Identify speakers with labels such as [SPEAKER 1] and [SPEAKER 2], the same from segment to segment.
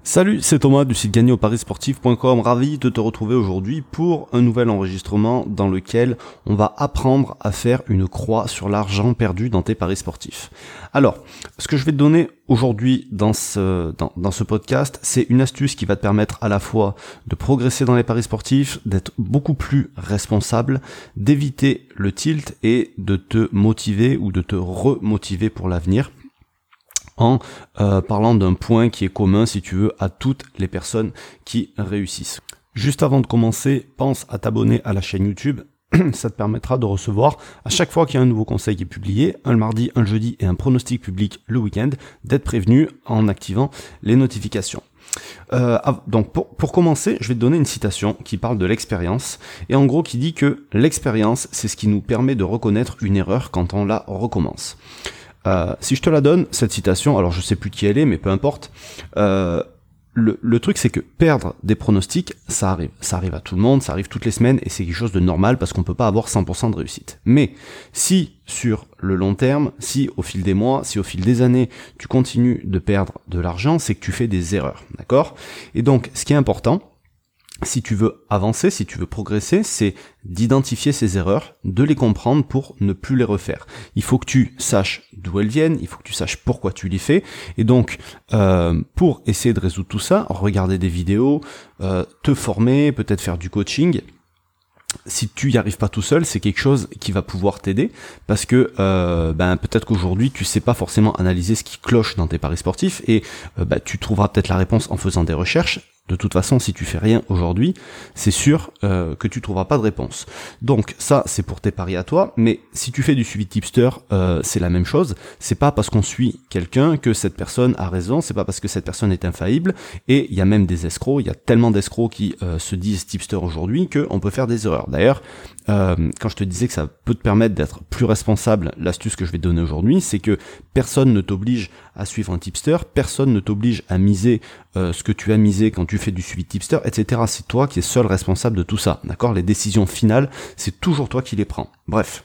[SPEAKER 1] Salut, c'est Thomas du site gagnerauparissportif.com, ravi de te retrouver aujourd'hui pour un nouvel enregistrement dans lequel on va apprendre à faire une croix sur l'argent perdu dans tes paris sportifs. Alors, ce que je vais te donner aujourd'hui dans ce podcast, c'est une astuce qui va te permettre à la fois de progresser dans les paris sportifs, d'être beaucoup plus responsable, d'éviter le tilt et de te motiver ou de te remotiver pour l'avenir. En parlant d'un point qui est commun, si tu veux, à toutes les personnes qui réussissent. Juste avant de commencer, pense à t'abonner à la chaîne YouTube. Ça te permettra de recevoir, à chaque fois qu'il y a un nouveau conseil qui est publié, un le mardi, un le jeudi et un pronostic public le week-end, d'être prévenu en activant les notifications. Donc pour commencer, je vais te donner une citation qui parle de l'expérience et en gros qui dit que l'expérience, c'est ce qui nous permet de reconnaître une erreur quand on la recommence. Si je te la donne, cette citation, alors je sais plus qui elle est, mais peu importe, le truc c'est que perdre des pronostics, ça arrive à tout le monde, ça arrive toutes les semaines, et c'est quelque chose de normal parce qu'on peut pas avoir 100% de réussite. Mais si sur le long terme, si au fil des mois, si au fil des années, tu continues de perdre de l'argent, c'est que tu fais des erreurs, d'accord ? Et donc, ce qui est important, si tu veux avancer, si tu veux progresser, c'est d'identifier ces erreurs, de les comprendre pour ne plus les refaire. Il faut que tu saches d'où elles viennent, il faut que tu saches pourquoi tu les fais, et donc pour essayer de résoudre tout ça, regarder des vidéos, te former, peut-être faire du coaching. Si tu y arrives pas tout seul, c'est quelque chose qui va pouvoir t'aider parce que peut-être qu'aujourd'hui tu sais pas forcément analyser ce qui cloche dans tes paris sportifs et tu trouveras peut-être la réponse en faisant des recherches. De toute façon, si tu fais rien aujourd'hui, c'est sûr que tu trouveras pas de réponse. Donc ça, c'est pour tes paris à toi, mais si tu fais du suivi de tipster, c'est la même chose. C'est pas parce qu'on suit quelqu'un que cette personne a raison, c'est pas parce que cette personne est infaillible, et il y a même des escrocs, il y a tellement d'escrocs qui se disent tipster aujourd'hui qu'on peut faire des erreurs. D'ailleurs, quand je te disais que ça peut te permettre d'être plus responsable, l'astuce que je vais te donner aujourd'hui, c'est que personne ne t'oblige à suivre un tipster, personne ne t'oblige à miser ce que tu as misé quand tu fais du suivi de tipster, etc. C'est toi qui es seul responsable de tout ça, d'accord ? Les décisions finales, c'est toujours toi qui les prends. Bref.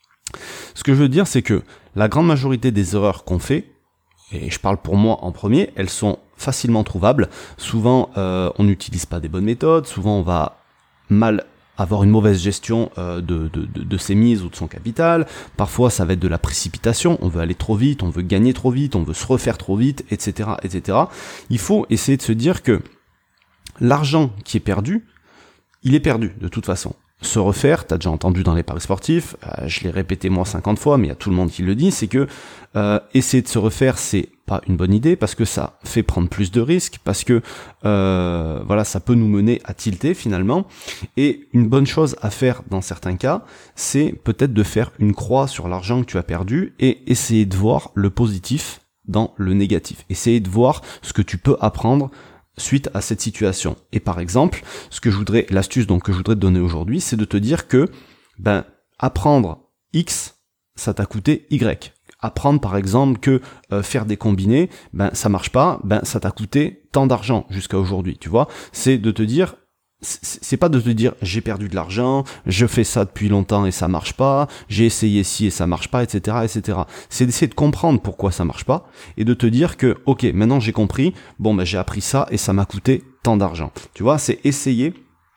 [SPEAKER 1] Ce que je veux dire, c'est que la grande majorité des erreurs qu'on fait, et je parle pour moi en premier, elles sont facilement trouvables. Souvent, on n'utilise pas des bonnes méthodes, souvent on va mal avoir une mauvaise gestion de ses mises ou de son capital. Parfois, ça va être de la précipitation. On veut aller trop vite, on veut gagner trop vite, on veut se refaire trop vite, etc., etc. Il faut essayer de se dire que l'argent qui est perdu, il est perdu de toute façon. Se refaire, t'as déjà entendu dans les paris sportifs, je l'ai répété moi 50 fois, mais il y a tout le monde qui le dit, c'est que essayer de se refaire, c'est pas une bonne idée parce que ça fait prendre plus de risques, parce que ça peut nous mener à tilter finalement. Et une bonne chose à faire dans certains cas, c'est peut-être de faire une croix sur l'argent que tu as perdu et essayer de voir le positif dans le négatif. Essayer de voir ce que tu peux apprendre suite à cette situation. Et par exemple, l'astuce donc que je voudrais te donner aujourd'hui, c'est de te dire que apprendre X, ça t'a coûté Y. Apprendre par exemple que faire des combinés, ça marche pas, ça t'a coûté tant d'argent jusqu'à aujourd'hui, tu vois. C'est de te dire, c'est pas de te dire j'ai perdu de l'argent, je fais ça depuis longtemps et ça marche pas, j'ai essayé ci et ça marche pas, etc., etc. C'est d'essayer de comprendre pourquoi ça marche pas et de te dire que ok, maintenant j'ai compris, j'ai appris ça et ça m'a coûté tant d'argent. Tu vois, c'est essayer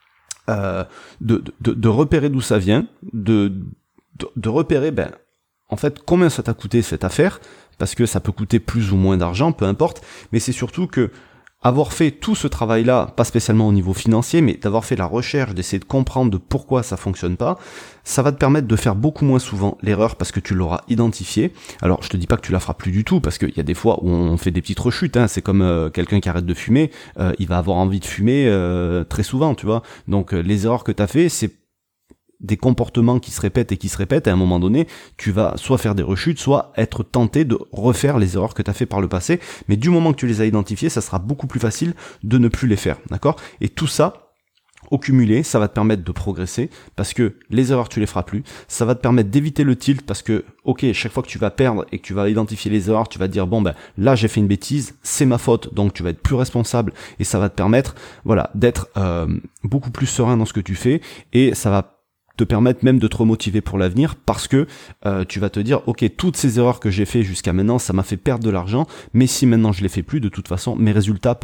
[SPEAKER 1] de repérer d'où ça vient, de repérer en fait combien ça t'a coûté cette affaire, parce que ça peut coûter plus ou moins d'argent, peu importe, mais c'est surtout que avoir fait tout ce travail-là, pas spécialement au niveau financier, mais d'avoir fait la recherche, d'essayer de comprendre de pourquoi ça fonctionne pas, ça va te permettre de faire beaucoup moins souvent l'erreur parce que tu l'auras identifié. Alors, je te dis pas que tu la feras plus du tout, parce qu'il y a des fois où on fait des petites rechutes, hein. C'est comme quelqu'un qui arrête de fumer, il va avoir envie de fumer très souvent, tu vois. Donc, les erreurs que t'as fait, c'est des comportements qui se répètent et à un moment donné, tu vas soit faire des rechutes, soit être tenté de refaire les erreurs que tu as fait par le passé, mais du moment que tu les as identifiées, ça sera beaucoup plus facile de ne plus les faire, d'accord ? Et tout ça, au cumulé, ça va te permettre de progresser, parce que les erreurs tu les feras plus, ça va te permettre d'éviter le tilt, parce que, ok, chaque fois que tu vas perdre et que tu vas identifier les erreurs, tu vas te dire, là j'ai fait une bêtise, c'est ma faute, donc tu vas être plus responsable, et ça va te permettre, d'être beaucoup plus serein dans ce que tu fais, et ça va te permettre même de te remotiver pour l'avenir parce que tu vas te dire ok, toutes ces erreurs que j'ai fait jusqu'à maintenant ça m'a fait perdre de l'argent, mais si maintenant je les fais plus, de toute façon mes résultats peuvent être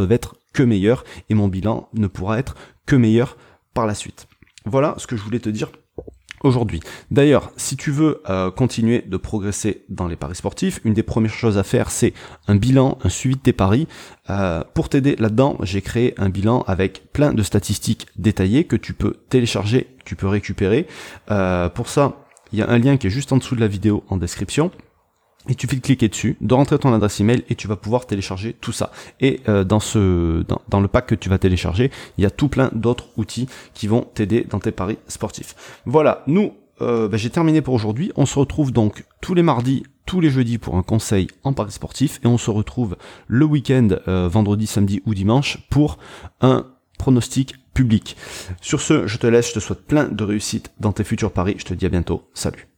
[SPEAKER 1] que meilleur et mon bilan ne pourra être que meilleur par la suite. Voilà ce que je voulais te dire aujourd'hui. D'ailleurs, si tu veux continuer de progresser dans les paris sportifs, une des premières choses à faire, c'est un bilan, un suivi de tes paris. Pour t'aider là-dedans, j'ai créé un bilan avec plein de statistiques détaillées que tu peux télécharger, que tu peux récupérer. Pour ça, il y a un lien qui est juste en dessous de la vidéo en description. Il suffit de cliquer dessus, de rentrer ton adresse email et tu vas pouvoir télécharger tout ça. Et dans le pack que tu vas télécharger, il y a tout plein d'autres outils qui vont t'aider dans tes paris sportifs. Voilà, nous, j'ai terminé pour aujourd'hui. On se retrouve donc tous les mardis, tous les jeudis pour un conseil en paris sportif et on se retrouve le week-end, vendredi, samedi ou dimanche pour un pronostic public. Sur ce, je te laisse, je te souhaite plein de réussite dans tes futurs paris. Je te dis à bientôt. Salut.